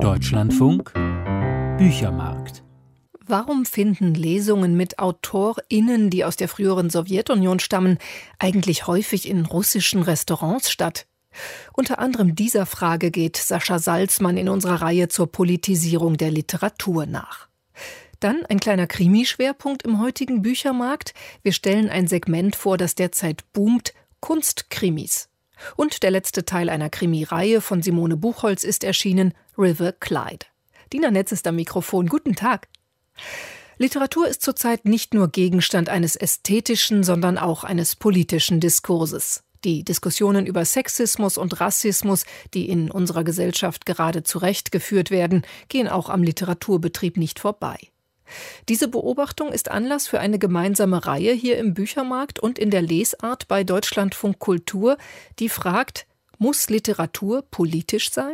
Deutschlandfunk Büchermarkt. Warum finden Lesungen mit AutorInnen, die aus der früheren Sowjetunion stammen, eigentlich häufig in russischen Restaurants statt? Unter anderem dieser Frage geht Sascha Salzmann in unserer Reihe zur Politisierung der Literatur nach. Dann ein kleiner Krimi-Schwerpunkt im heutigen Büchermarkt. Wir stellen ein Segment vor, das derzeit boomt: Kunstkrimis. Und der letzte Teil einer Krimireihe von Simone Buchholz ist erschienen, River Clyde. Dina Netz ist am Mikrofon. Guten Tag. Literatur ist zurzeit nicht nur Gegenstand eines ästhetischen, sondern auch eines politischen Diskurses. Die Diskussionen über Sexismus und Rassismus, die in unserer Gesellschaft gerade zurechtgeführt werden, gehen auch am Literaturbetrieb nicht vorbei. Diese Beobachtung ist Anlass für eine gemeinsame Reihe hier im Büchermarkt und in der Lesart bei Deutschlandfunk Kultur, die fragt: Muss Literatur politisch sein?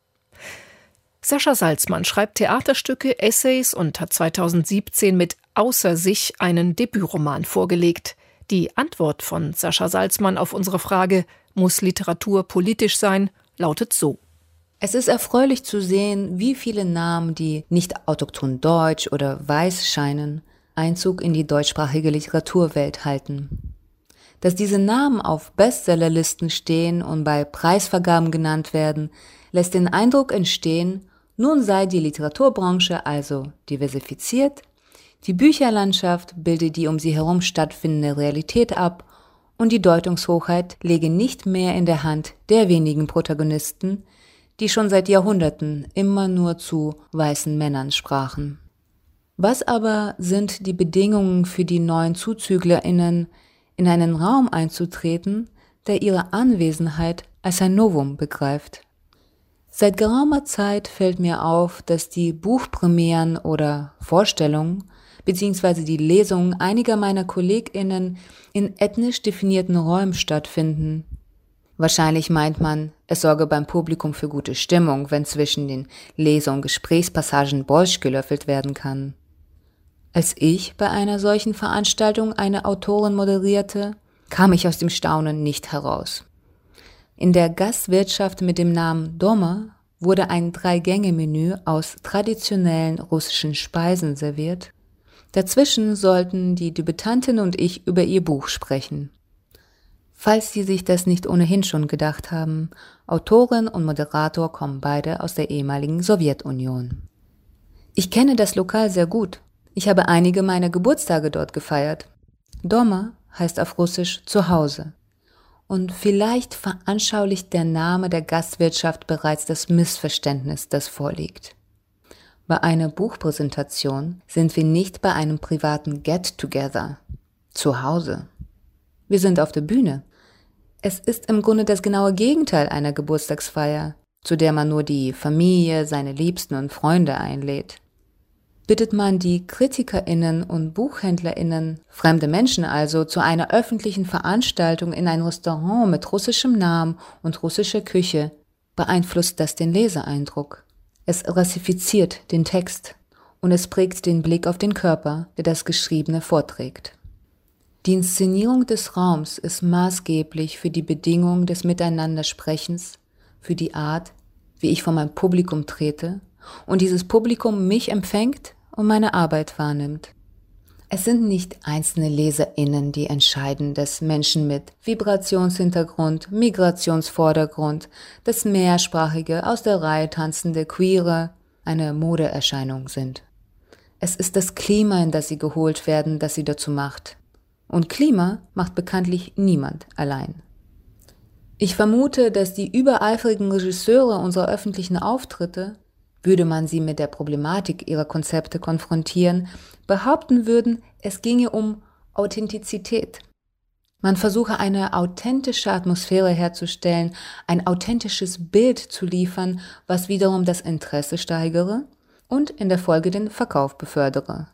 Sascha Salzmann schreibt Theaterstücke, Essays und hat 2017 mit Außer sich einen Debütroman vorgelegt. Die Antwort von Sascha Salzmann auf unsere Frage, muss Literatur politisch sein, lautet so. Es ist erfreulich zu sehen, wie viele Namen, die nicht autochthon deutsch oder weiß scheinen, Einzug in die deutschsprachige Literaturwelt halten. Dass diese Namen auf Bestsellerlisten stehen und bei Preisvergaben genannt werden, lässt den Eindruck entstehen, nun sei die Literaturbranche also diversifiziert, die Bücherlandschaft bilde die um sie herum stattfindende Realität ab und die Deutungshoheit lege nicht mehr in der Hand der wenigen Protagonisten, die schon seit Jahrhunderten immer nur zu weißen Männern sprachen. Was aber sind die Bedingungen für die neuen ZuzüglerInnen, in einen Raum einzutreten, der ihre Anwesenheit als ein Novum begreift? Seit geraumer Zeit fällt mir auf, dass die Buchpremieren oder Vorstellungen bzw. die Lesungen einiger meiner KollegInnen in ethnisch definierten Räumen stattfinden. Wahrscheinlich meint man, es sorge beim Publikum für gute Stimmung, wenn zwischen den Lese- und Gesprächspassagen Borsch gelöffelt werden kann. Als ich bei einer solchen Veranstaltung eine Autorin moderierte, kam ich aus dem Staunen nicht heraus. In der Gastwirtschaft mit dem Namen Doma wurde ein 3-Gänge-Menü aus traditionellen russischen Speisen serviert. Dazwischen sollten die Debütantin und ich über ihr Buch sprechen. Falls Sie sich das nicht ohnehin schon gedacht haben, Autorin und Moderator kommen beide aus der ehemaligen Sowjetunion. Ich kenne das Lokal sehr gut. Ich habe einige meiner Geburtstage dort gefeiert. Doma heißt auf Russisch Zuhause. Und vielleicht veranschaulicht der Name der Gastwirtschaft bereits das Missverständnis, das vorliegt. Bei einer Buchpräsentation sind wir nicht bei einem privaten Get-Together. Zu Hause. Wir sind auf der Bühne. Es ist im Grunde das genaue Gegenteil einer Geburtstagsfeier, zu der man nur die Familie, seine Liebsten und Freunde einlädt. Bittet man die KritikerInnen und BuchhändlerInnen, fremde Menschen also, zu einer öffentlichen Veranstaltung in ein Restaurant mit russischem Namen und russischer Küche, beeinflusst das den Leseeindruck. Es rassifiziert den Text und es prägt den Blick auf den Körper, der das Geschriebene vorträgt. Die Inszenierung des Raums ist maßgeblich für die Bedingungen des Miteinandersprechens, für die Art, wie ich vor mein Publikum trete und dieses Publikum mich empfängt und meine Arbeit wahrnimmt. Es sind nicht einzelne LeserInnen, die entscheiden, dass Menschen mit Vibrationshintergrund, Migrationsvordergrund, das Mehrsprachige, aus der Reihe tanzende Queere eine Modeerscheinung sind. Es ist das Klima, in das sie geholt werden, das sie dazu macht. Und Klima macht bekanntlich niemand allein. Ich vermute, dass die übereifrigen Regisseure unserer öffentlichen Auftritte, würde man sie mit der Problematik ihrer Konzepte konfrontieren, behaupten würden, es ginge um Authentizität. Man versuche eine authentische Atmosphäre herzustellen, ein authentisches Bild zu liefern, was wiederum das Interesse steigere und in der Folge den Verkauf befördere.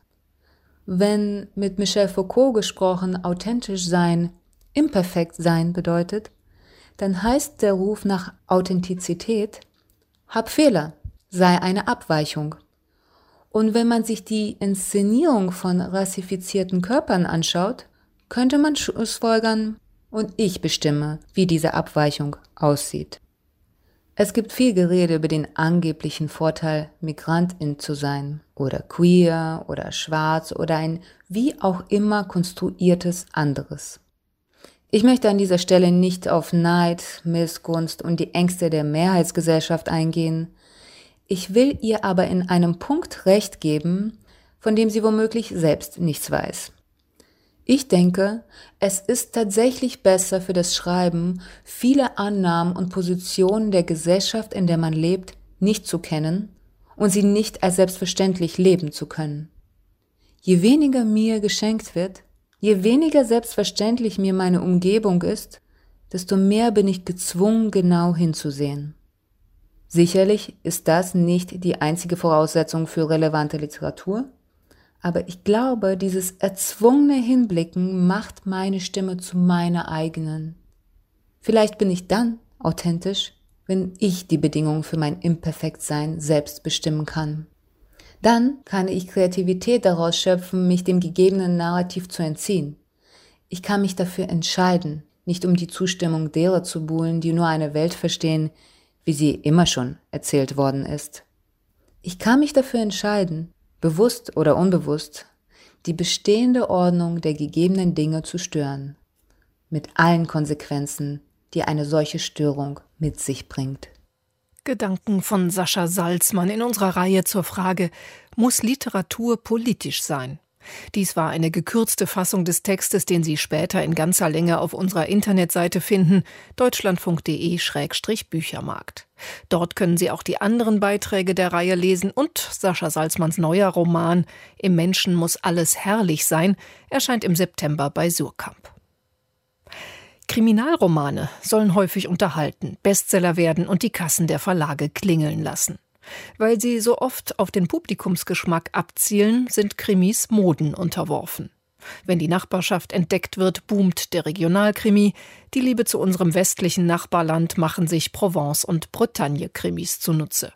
Wenn mit Michel Foucault gesprochen authentisch sein, imperfekt sein bedeutet, dann heißt der Ruf nach Authentizität, hab Fehler, sei eine Abweichung. Und wenn man sich die Inszenierung von rassifizierten Körpern anschaut, könnte man schlussfolgern, und ich bestimme, wie diese Abweichung aussieht. Es gibt viel Gerede über den angeblichen Vorteil, Migrantin zu sein oder queer oder schwarz oder ein wie auch immer konstruiertes anderes. Ich möchte an dieser Stelle nicht auf Neid, Missgunst und die Ängste der Mehrheitsgesellschaft eingehen. Ich will ihr aber in einem Punkt recht geben, von dem sie womöglich selbst nichts weiß. Ich denke, es ist tatsächlich besser für das Schreiben, viele Annahmen und Positionen der Gesellschaft, in der man lebt, nicht zu kennen und sie nicht als selbstverständlich leben zu können. Je weniger mir geschenkt wird, je weniger selbstverständlich mir meine Umgebung ist, desto mehr bin ich gezwungen, genau hinzusehen. Sicherlich ist das nicht die einzige Voraussetzung für relevante Literatur, aber ich glaube, dieses erzwungene Hinblicken macht meine Stimme zu meiner eigenen. Vielleicht bin ich dann authentisch, wenn ich die Bedingungen für mein Imperfektsein selbst bestimmen kann. Dann kann ich Kreativität daraus schöpfen, mich dem gegebenen Narrativ zu entziehen. Ich kann mich dafür entscheiden, nicht um die Zustimmung derer zu buhlen, die nur eine Welt verstehen, wie sie immer schon erzählt worden ist. Ich kann mich dafür entscheiden, bewusst oder unbewusst, die bestehende Ordnung der gegebenen Dinge zu stören, mit allen Konsequenzen, die eine solche Störung mit sich bringt. Gedanken von Sascha Salzmann in unserer Reihe zur Frage: Muss Literatur politisch sein? Dies war eine gekürzte Fassung des Textes, den Sie später in ganzer Länge auf unserer Internetseite finden, deutschlandfunk.de/Büchermarkt. Dort können Sie auch die anderen Beiträge der Reihe lesen und Sascha Salzmanns neuer Roman »Im Menschen muss alles herrlich sein« erscheint im September bei Surkamp. Kriminalromane sollen häufig unterhalten, Bestseller werden und die Kassen der Verlage klingeln lassen. Weil sie so oft auf den Publikumsgeschmack abzielen, sind Krimis Moden unterworfen. Wenn die Nachbarschaft entdeckt wird, boomt der Regionalkrimi. Die Liebe zu unserem westlichen Nachbarland machen sich Provence- und Bretagne-Krimis zunutze.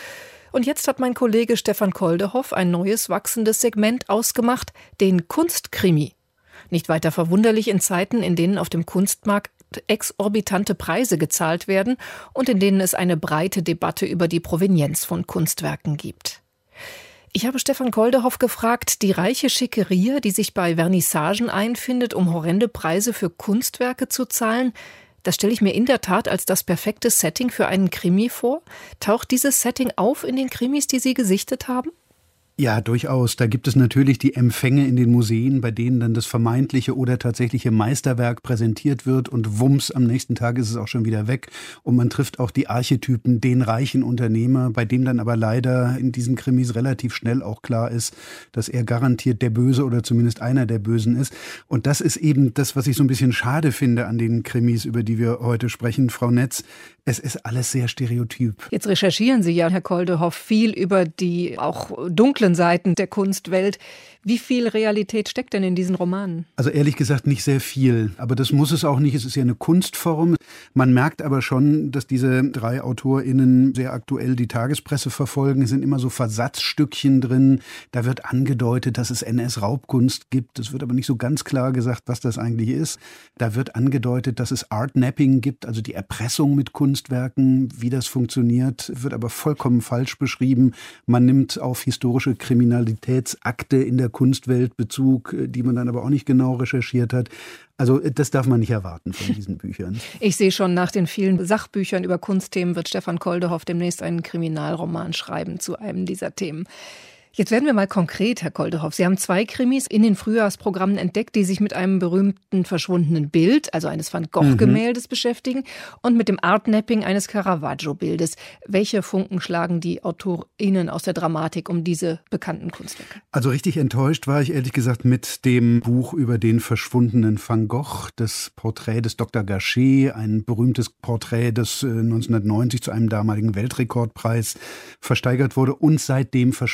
Und jetzt hat mein Kollege Stefan Koldehoff ein neues wachsendes Segment ausgemacht, den Kunstkrimi. Nicht weiter verwunderlich in Zeiten, in denen auf dem Kunstmarkt exorbitante Preise gezahlt werden und in denen es eine breite Debatte über die Provenienz von Kunstwerken gibt. Ich habe Stefan Koldehoff gefragt, die reiche Schickeria, die sich bei Vernissagen einfindet, um horrende Preise für Kunstwerke zu zahlen, das stelle ich mir in der Tat als das perfekte Setting für einen Krimi vor. Taucht dieses Setting auf in den Krimis, die Sie gesichtet haben? Ja, durchaus. Da gibt es natürlich die Empfänge in den Museen, bei denen dann das vermeintliche oder tatsächliche Meisterwerk präsentiert wird und wumms, am nächsten Tag ist es auch schon wieder weg. Und man trifft auch die Archetypen, den reichen Unternehmer, bei dem dann aber leider in diesen Krimis relativ schnell auch klar ist, dass er garantiert der Böse oder zumindest einer der Bösen ist. Und das ist eben das, was ich so ein bisschen schade finde an den Krimis, über die wir heute sprechen, Frau Netz. Es ist alles sehr stereotyp. Jetzt recherchieren Sie ja, Herr Koldehoff, viel über die auch dunklen Seiten der Kunstwelt. Wie viel Realität steckt denn in diesen Romanen? Also ehrlich gesagt nicht sehr viel, aber das muss es auch nicht. Es ist ja eine Kunstform. Man merkt aber schon, dass diese 3 AutorInnen sehr aktuell die Tagespresse verfolgen. Es sind immer so Versatzstückchen drin. Da wird angedeutet, dass es NS-Raubkunst gibt. Es wird aber nicht so ganz klar gesagt, was das eigentlich ist. Da wird angedeutet, dass es Art-Napping gibt, also die Erpressung mit Kunstwerken. Wie das funktioniert, wird aber vollkommen falsch beschrieben. Man nimmt auf historische Kriminalitätsakte in der Kunstwelt Bezug, die man dann aber auch nicht genau recherchiert hat. Also das darf man nicht erwarten von diesen Büchern. Ich sehe schon, nach den vielen Sachbüchern über Kunstthemen wird Stefan Koldehoff demnächst einen Kriminalroman schreiben zu einem dieser Themen. Jetzt werden wir mal konkret, Herr Koldehoff. Sie haben 2 Krimis in den Frühjahrsprogrammen entdeckt, die sich mit einem berühmten verschwundenen Bild, also eines Van Gogh-Gemäldes, beschäftigen und mit dem Art-Napping eines Caravaggio-Bildes. Welche Funken schlagen die AutorInnen aus der Dramatik um diese bekannten Kunstwerke? Also richtig enttäuscht war ich ehrlich gesagt mit dem Buch über den verschwundenen Van Gogh, das Porträt des Dr. Gachet, ein berühmtes Porträt, das 1990 zu einem damaligen Weltrekordpreis versteigert wurde und seitdem verschwunden ist.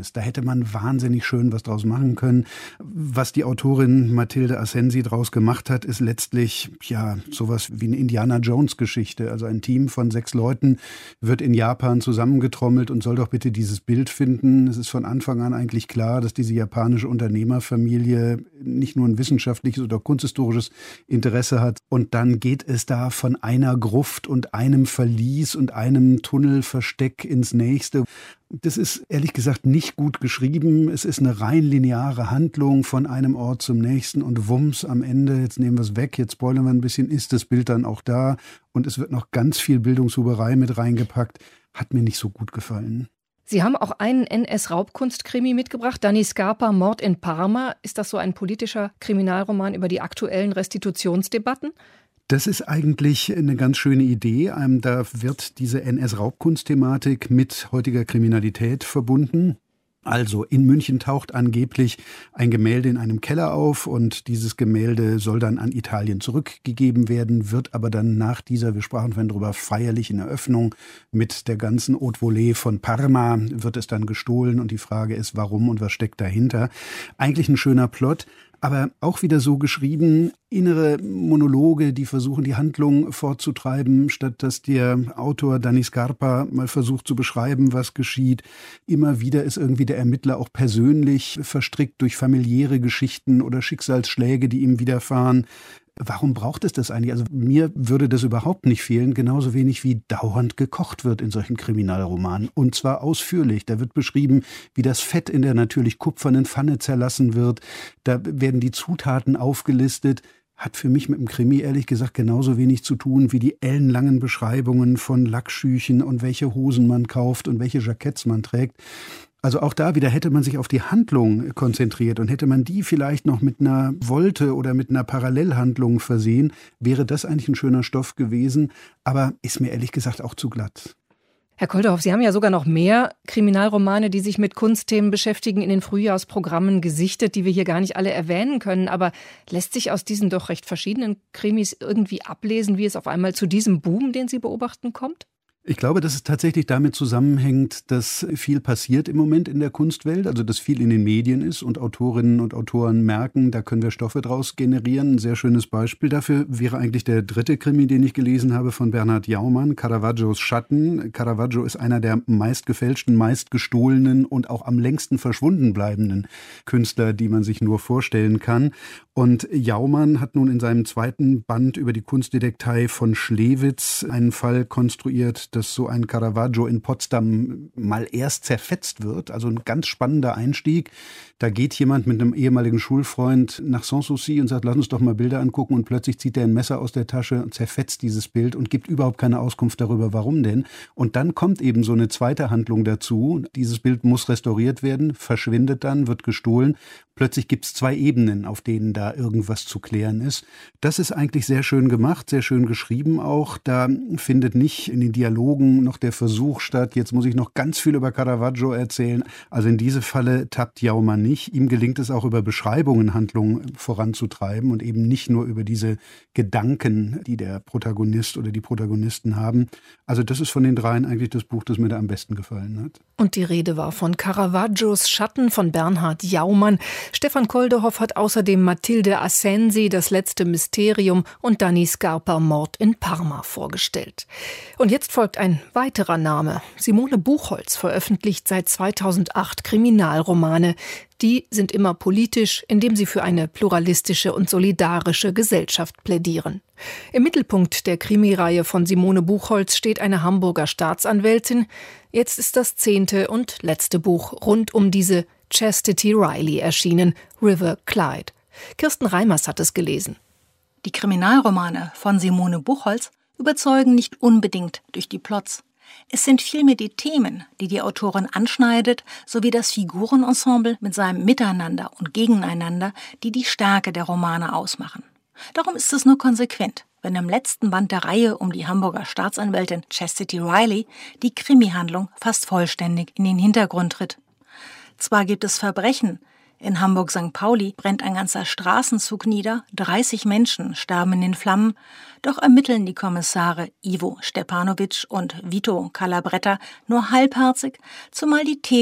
ist. Da hätte man wahnsinnig schön was draus machen können. Was die Autorin Matilde Asensi draus gemacht hat, ist letztlich sowas wie eine Indiana-Jones-Geschichte. Also ein Team von 6 Leuten wird in Japan zusammengetrommelt und soll doch bitte dieses Bild finden. Es ist von Anfang an eigentlich klar, dass diese japanische Unternehmerfamilie nicht nur ein wissenschaftliches oder kunsthistorisches Interesse hat. Und dann geht es da von einer Gruft und einem Verlies und einem Tunnelversteck ins nächste. Das ist ehrlich gesagt nicht gut geschrieben. Es ist eine rein lineare Handlung von einem Ort zum nächsten und wumms am Ende, jetzt nehmen wir es weg, jetzt spoilern wir ein bisschen, ist das Bild dann auch da und es wird noch ganz viel Bildungshuberei mit reingepackt. Hat mir nicht so gut gefallen. Sie haben auch einen NS-Raubkunst-Krimi mitgebracht, Danny Scarpa, Mord in Parma. Ist das so ein politischer Kriminalroman über die aktuellen Restitutionsdebatten? Das ist eigentlich eine ganz schöne Idee. Da wird diese NS-Raubkunst-Thematik mit heutiger Kriminalität verbunden. Also in München taucht angeblich ein Gemälde in einem Keller auf und dieses Gemälde soll dann an Italien zurückgegeben werden, wird aber dann nach dieser, wir sprachen vorhin drüber, feierlichen Eröffnung mit der ganzen Haute Volée von Parma, wird es dann gestohlen und die Frage ist, warum und was steckt dahinter. Eigentlich ein schöner Plot. Aber auch wieder so geschrieben, innere Monologe, die versuchen, die Handlung fortzutreiben, statt dass der Autor Danny Scarpa mal versucht zu beschreiben, was geschieht. Immer wieder ist irgendwie der Ermittler auch persönlich verstrickt durch familiäre Geschichten oder Schicksalsschläge, die ihm widerfahren. Warum braucht es das eigentlich? Also mir würde das überhaupt nicht fehlen, genauso wenig wie dauernd gekocht wird in solchen Kriminalromanen. Und zwar ausführlich. Da wird beschrieben, wie das Fett in der natürlich kupfernen Pfanne zerlassen wird. Da werden die Zutaten aufgelistet. Hat für mich mit dem Krimi ehrlich gesagt genauso wenig zu tun wie die ellenlangen Beschreibungen von Lackschüchen und welche Hosen man kauft und welche Jacketts man trägt. Also auch da wieder hätte man sich auf die Handlung konzentriert und hätte man die vielleicht noch mit einer Volte oder mit einer Parallelhandlung versehen, wäre das eigentlich ein schöner Stoff gewesen, aber ist mir ehrlich gesagt auch zu glatt. Herr Kolderhoff, Sie haben ja sogar noch mehr Kriminalromane, die sich mit Kunstthemen beschäftigen, in den Frühjahrsprogrammen gesichtet, die wir hier gar nicht alle erwähnen können. Aber lässt sich aus diesen doch recht verschiedenen Krimis irgendwie ablesen, wie es auf einmal zu diesem Boom, den Sie beobachten, kommt? Ich glaube, dass es tatsächlich damit zusammenhängt, dass viel passiert im Moment in der Kunstwelt, also dass viel in den Medien ist und Autorinnen und Autoren merken, da können wir Stoffe draus generieren. Ein sehr schönes Beispiel dafür wäre eigentlich der 3. Krimi, den ich gelesen habe von Bernhard Jaumann, Caravaggios Schatten. Caravaggio ist einer der meistgefälschten, meistgestohlenen und auch am längsten verschwunden bleibenden Künstler, die man sich nur vorstellen kann. Und Jaumann hat nun in seinem 2. Band über die Kunstdetektei von Schlewitz einen Fall konstruiert, dass so ein Caravaggio in Potsdam mal erst zerfetzt wird. Also ein ganz spannender Einstieg. Da geht jemand mit einem ehemaligen Schulfreund nach Sanssouci und sagt, lass uns doch mal Bilder angucken. Und plötzlich zieht er ein Messer aus der Tasche und zerfetzt dieses Bild und gibt überhaupt keine Auskunft darüber, warum denn. Und dann kommt eben so eine zweite Handlung dazu. Dieses Bild muss restauriert werden, verschwindet dann, wird gestohlen. Plötzlich gibt es 2 Ebenen, auf denen da irgendwas zu klären ist. Das ist eigentlich sehr schön gemacht, sehr schön geschrieben auch. Da findet nicht in den Dialogen noch der Versuch statt, jetzt muss ich noch ganz viel über Caravaggio erzählen. Also in diese Falle tappt Jaumann nicht. Ihm gelingt es auch über Beschreibungen Handlungen voranzutreiben und eben nicht nur über diese Gedanken, die der Protagonist oder die Protagonisten haben. Also das ist von den 3 eigentlich das Buch, das mir da am besten gefallen hat. Und die Rede war von Caravaggios Schatten von Bernhard Jaumann. Stefan Kolderhoff hat außerdem Matilde Asensi, Das letzte Mysterium und Danny Scarpa, Mord in Parma vorgestellt. Und jetzt folgt ein weiterer Name. Simone Buchholz veröffentlicht seit 2008 Kriminalromane. Die sind immer politisch, indem sie für eine pluralistische und solidarische Gesellschaft plädieren. Im Mittelpunkt der Krimireihe von Simone Buchholz steht eine Hamburger Staatsanwältin. Jetzt ist das 10. und letzte Buch rund um diese Chastity Riley erschienen, River Clyde. Kirsten Reimers hat es gelesen. Die Kriminalromane von Simone Buchholz überzeugen nicht unbedingt durch die Plots. Es sind vielmehr die Themen, die die Autorin anschneidet, sowie das Figurenensemble mit seinem Miteinander und Gegeneinander, die die Stärke der Romane ausmachen. Darum ist es nur konsequent, wenn im letzten Band der Reihe um die Hamburger Staatsanwältin Chastity Riley die Krimihandlung fast vollständig in den Hintergrund tritt. Zwar gibt es Verbrechen. In Hamburg-St. Pauli brennt ein ganzer Straßenzug nieder, 30 Menschen sterben in den Flammen, doch ermitteln die Kommissare Ivo Stepanovic und Vito Calabretta nur halbherzig, zumal die Täter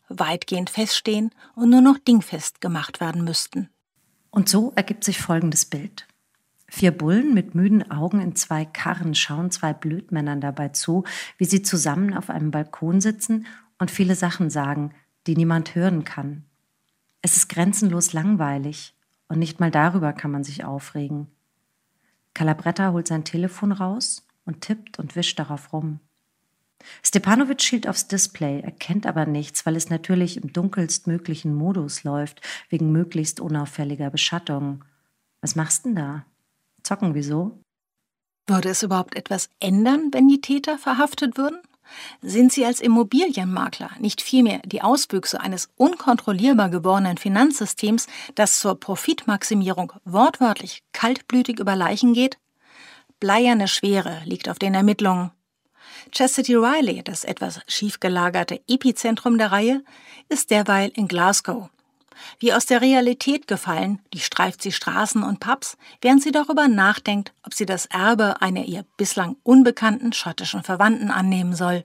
weitgehend feststehen und nur noch dingfest gemacht werden müssten. Und so ergibt sich folgendes Bild. 4 Bullen mit müden Augen in 2 Karren schauen 2 Blödmännern dabei zu, wie sie zusammen auf einem Balkon sitzen und viele Sachen sagen, die niemand hören kann. Es ist grenzenlos langweilig und nicht mal darüber kann man sich aufregen. Calabretta holt sein Telefon raus und tippt und wischt darauf rum. Stepanovic schielt aufs Display, erkennt aber nichts, weil es natürlich im dunkelstmöglichen Modus läuft, wegen möglichst unauffälliger Beschattung. Was machst denn da? Zocken, wieso? Würde es überhaupt etwas ändern, wenn die Täter verhaftet würden? Sind sie als Immobilienmakler nicht vielmehr die Auswüchse eines unkontrollierbar gewordenen Finanzsystems, das zur Profitmaximierung wortwörtlich kaltblütig über Leichen geht? Bleierne Schwere liegt auf den Ermittlungen. Chastity Riley, das etwas schief gelagerte Epizentrum der Reihe, ist derweil in Glasgow. Wie aus der Realität gefallen, durchstreift sie Straßen und Pubs, während sie darüber nachdenkt, ob sie das Erbe einer ihr bislang unbekannten schottischen Verwandten annehmen soll.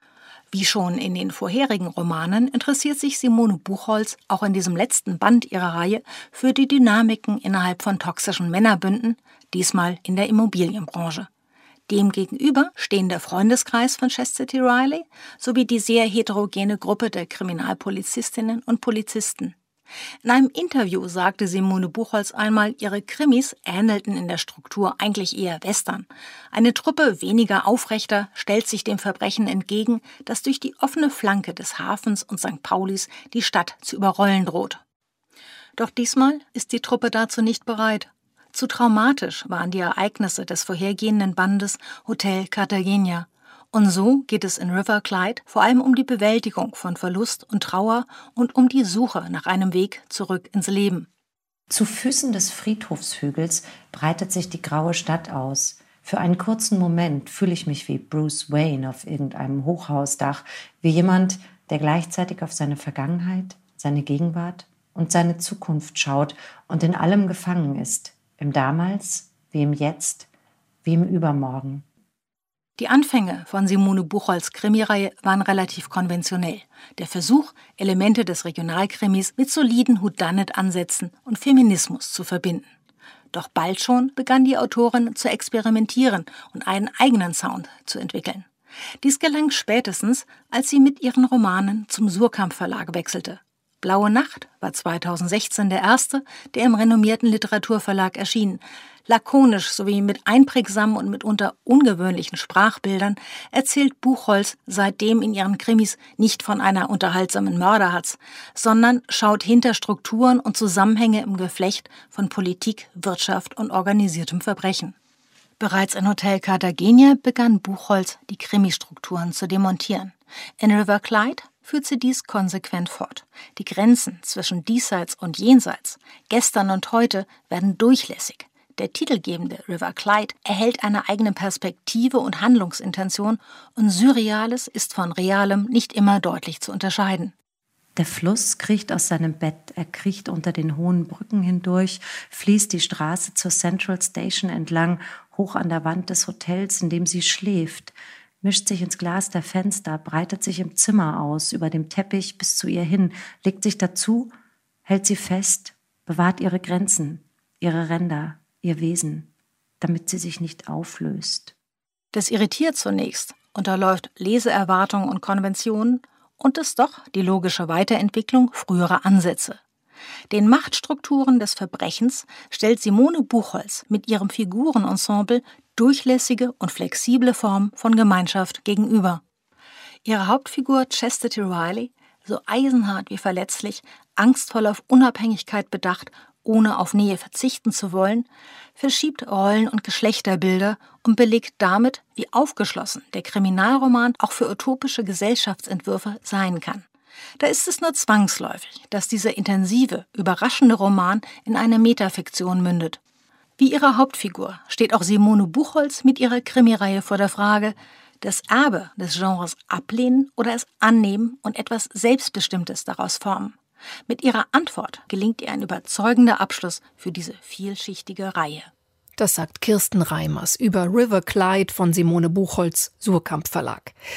Wie schon in den vorherigen Romanen interessiert sich Simone Buchholz auch in diesem letzten Band ihrer Reihe für die Dynamiken innerhalb von toxischen Männerbünden, diesmal in der Immobilienbranche. Demgegenüber stehen der Freundeskreis von Chastity Riley sowie die sehr heterogene Gruppe der Kriminalpolizistinnen und Polizisten. In einem Interview sagte Simone Buchholz einmal, ihre Krimis ähnelten in der Struktur eigentlich eher Western. Eine Truppe weniger Aufrechter stellt sich dem Verbrechen entgegen, das durch die offene Flanke des Hafens und St. Paulis die Stadt zu überrollen droht. Doch diesmal ist die Truppe dazu nicht bereit. Zu traumatisch waren die Ereignisse des vorhergehenden Bandes Hotel Cartagena. Und so geht es in River Clyde vor allem um die Bewältigung von Verlust und Trauer und um die Suche nach einem Weg zurück ins Leben. Zu Füßen des Friedhofshügels breitet sich die graue Stadt aus. Für einen kurzen Moment fühle ich mich wie Bruce Wayne auf irgendeinem Hochhausdach, wie jemand, der gleichzeitig auf seine Vergangenheit, seine Gegenwart und seine Zukunft schaut und in allem gefangen ist. Im Damals, wie im Jetzt, wie im Übermorgen. Die Anfänge von Simone Buchholz' Krimireihe waren relativ konventionell. Der Versuch, Elemente des Regionalkrimis mit soliden Whodunit-Ansätzen und Feminismus zu verbinden. Doch bald schon begann die Autorin zu experimentieren und einen eigenen Sound zu entwickeln. Dies gelang spätestens, als sie mit ihren Romanen zum Suhrkamp Verlag wechselte. Blaue Nacht war 2016 der erste, der im renommierten Literaturverlag erschien. Lakonisch sowie mit einprägsamen und mitunter ungewöhnlichen Sprachbildern erzählt Buchholz seitdem in ihren Krimis nicht von einer unterhaltsamen Mörderhatz, sondern schaut hinter Strukturen und Zusammenhänge im Geflecht von Politik, Wirtschaft und organisiertem Verbrechen. Bereits in Hotel Cartagena begann Buchholz, die Krimistrukturen zu demontieren. In River Clyde führt sie dies konsequent fort. Die Grenzen zwischen Diesseits und Jenseits, Gestern und Heute werden durchlässig. Der titelgebende River Clyde erhält eine eigene Perspektive und Handlungsintention und Surreales ist von Realem nicht immer deutlich zu unterscheiden. Der Fluss kriecht aus seinem Bett, er kriecht unter den hohen Brücken hindurch, fließt die Straße zur Central Station entlang, hoch an der Wand des Hotels, in dem sie schläft, mischt sich ins Glas der Fenster, breitet sich im Zimmer aus, über dem Teppich bis zu ihr hin, legt sich dazu, hält sie fest, bewahrt ihre Grenzen, ihre Ränder, ihr Wesen, damit sie sich nicht auflöst. Das irritiert zunächst, unterläuft Leseerwartungen und Konventionen und ist doch die logische Weiterentwicklung früherer Ansätze. Den Machtstrukturen des Verbrechens stellt Simone Buchholz mit ihrem Figurenensemble durchlässige und flexible Formen von Gemeinschaft gegenüber. Ihre Hauptfigur Chastity Riley, so eisenhart wie verletzlich, angstvoll auf Unabhängigkeit bedacht, ohne auf Nähe verzichten zu wollen, verschiebt Rollen- und Geschlechterbilder und belegt damit, wie aufgeschlossen der Kriminalroman auch für utopische Gesellschaftsentwürfe sein kann. Da ist es nur zwangsläufig, dass dieser intensive, überraschende Roman in eine Metafiktion mündet. Wie ihre Hauptfigur steht auch Simone Buchholz mit ihrer Krimireihe vor der Frage, das Erbe des Genres ablehnen oder es annehmen und etwas Selbstbestimmtes daraus formen. Mit ihrer Antwort gelingt ihr ein überzeugender Abschluss für diese vielschichtige Reihe. Das sagt Kirsten Reimers über River Clyde von Simone Buchholz, Suhrkamp Verlag.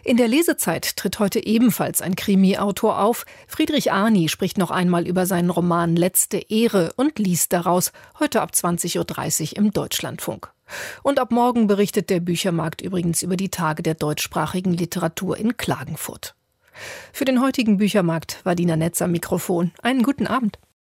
In der Lesezeit tritt heute ebenfalls ein Krimi-Autor auf. Friedrich Arni spricht noch einmal über seinen Roman Letzte Ehre und liest daraus, heute ab 20.30 Uhr im Deutschlandfunk. Und ab morgen berichtet der Büchermarkt übrigens über die Tage der deutschsprachigen Literatur in Klagenfurt. Für den heutigen Büchermarkt war Dina Netz am Mikrofon. Einen guten Abend.